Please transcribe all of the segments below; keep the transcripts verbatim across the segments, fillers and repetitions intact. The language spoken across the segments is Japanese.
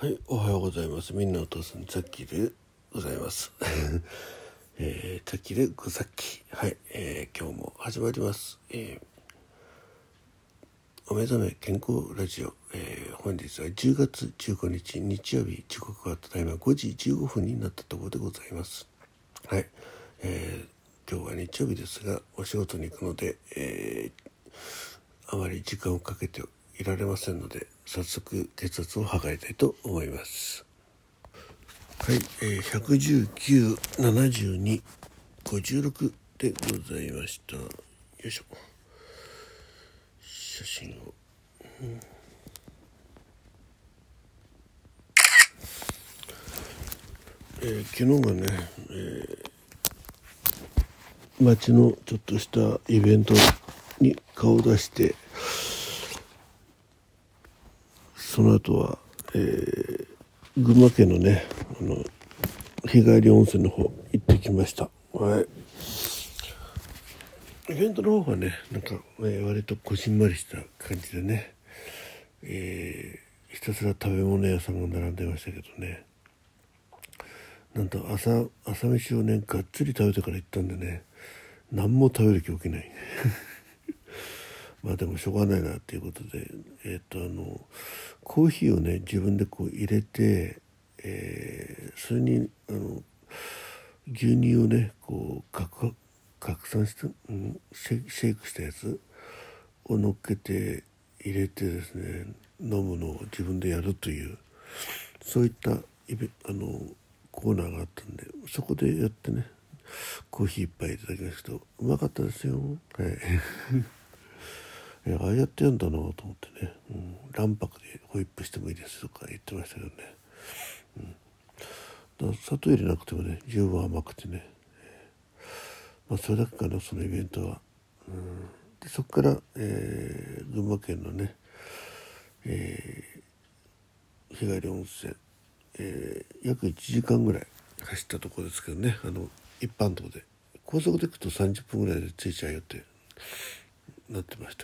はい、おはようございます。みんなお父さんザッキーでございます。えー、ザッキーでござっき。はい、えー、今日も始まります。えー、お目覚め健康ラジオ。えー、本日はじゅうがつじゅうごにち日曜日、時刻はただいまごじじゅうごふんになったところでございます。はい、えー、今日は日曜日ですが、お仕事に行くので、えー、あまり時間をかけていられませんので、早速血圧を測りたいと思います。はい、えー、ひゃくじゅうきゅう、ななじゅうに、ごじゅうろくでございました。よいしょ。写真を、うん、えー、昨日がね、えー、街のちょっとしたイベントに顔を出して、その後は、えー、群馬県のね、あの日帰り温泉の方行ってきました。はい。イベントの方がね、なんか、えー、割とこじんまりした感じでね、えー、ひたすら食べ物屋さんが並んでましたけどね、なんと朝朝飯をねがっつり食べてから行ったんでね、何も食べる気起きないまあでもしょうがないなっていうことで、えっとあのコーヒーをね自分でこう入れて、えー、それにあの牛乳をねこう拡拡散した、うん、シェ、シェイクしたやつを乗っけて入れてですね、飲むのを自分でやるという、そういったイベあのコーナーがあったんで、そこでやってね、コーヒー一杯いただきましたけど、うまかったですよ。はいいや、ああやってやるんだなと思ってね、うん、卵白でホイップしてもいいですとか言ってましたけどね、うん、だ砂糖入れなくてもね十分甘くてね、まあ、それだけかな、そのイベントは。うん、でそこから、えー、群馬県のね、えー、日帰り温泉、えー、約いちじかんぐらい走ったところですけどね、あの一般道で高速で行くとさんじゅっぷんぐらいで着いちゃうよってなってました。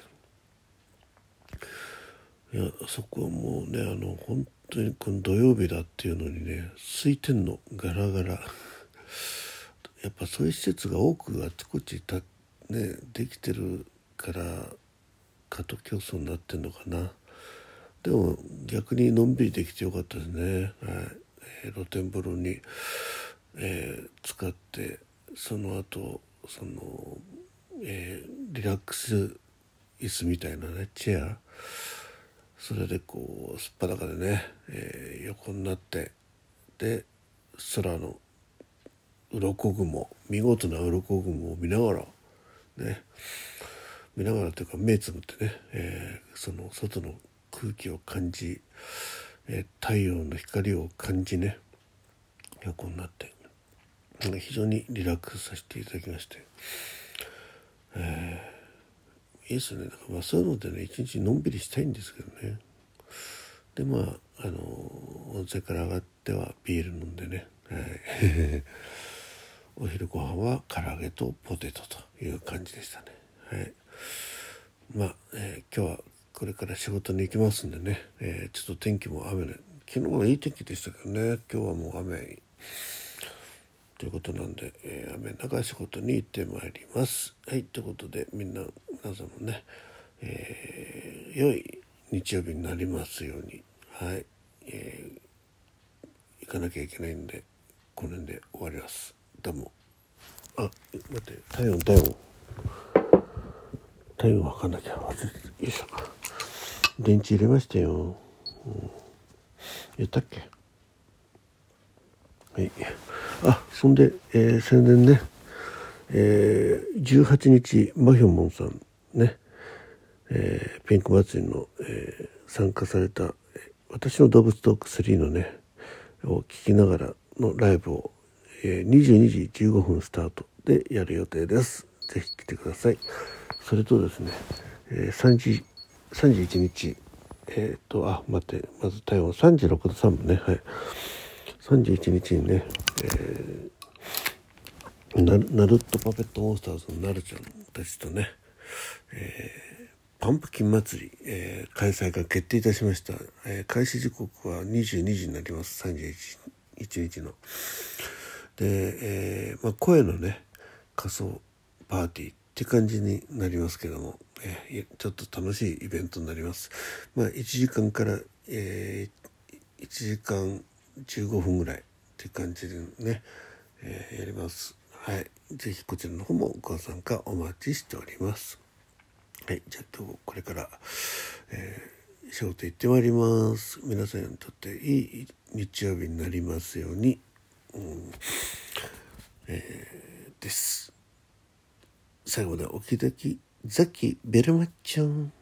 いや、そこはもうね、あの本当にこの土曜日だっていうのにね、空いてんのガラガラやっぱそういう施設が多くあちこちた、ね、できてるから過渡競争になってんのかな。でも逆にのんびりできてよかったですね。はい、えー、露天風呂に、えー、使って、その後その、えー、リラックス椅子みたいなねチェア、それでこうすっぱだかでね、えー、横になって、で空の鱗雲、見事な鱗雲を見ながらね、見ながらというか目つぶってね、えー、その外の空気を感じ、えー、太陽の光を感じね、横になって非常にリラックスさせていただきまして、えー、いいですね。だからまあそういうのでね、一日のんびりしたいんですけどね。でまああの温泉から上がってはビール飲んでね、はいお昼ご飯は唐揚げとポテトという感じでしたね。はい。まあ、えー、今日はこれから仕事に行きますんでね、えー、ちょっと天気も雨で、昨日はいい天気でしたけどね、今日はもう雨ということなんで、えー、雨の中仕事に行ってまいります。はい、ということでみんな皆さんもね、えー、良い日曜日になりますように、はい、えー、行かなきゃいけないんでこの辺で終わります。どうも。あ、待って、体温体温体温測んなきゃ忘れて、よいしょ、電池入れましたよ、うん、言ったっけ。はい。あ、そんで、えー、宣伝ね、えー、じゅうはちにちマヒョンモンさんね、えー、ピンク祭りの、えー、参加された私の動物トークスリーのねを聞きながらのライブを、えー、にじゅうにじじゅうごふんスタートでやる予定です。ぜひ来てください。それとですね、えー、さんじさんじゅういちにち、えっ、ー、とあ待ってまず体温さんじゅうろくどさんぶね、はい、さんじゅういちにちにね、えー、ナルナルットパペットモンスターズのなるちゃんたちとね、えパンプキン祭り、えー、開催が決定いたしました、えー、開始時刻はにじゅうにじになります。さんじゅういちにちので、えーまあ、声のね仮装パーティーって感じになりますけども、えー、ちょっと楽しいイベントになります。まあいちじかんから、えー、いちじかんじゅうごふんぐらいって感じでね、えー、やります。はい、ぜひこちらの方もご参加お待ちしております。はい、じゃあ今日これから、えー、仕事行ってまいります。皆さんにとっていい日曜日になりますように、うんえー、です。最後までお聞きいただきザキベルマッチョン。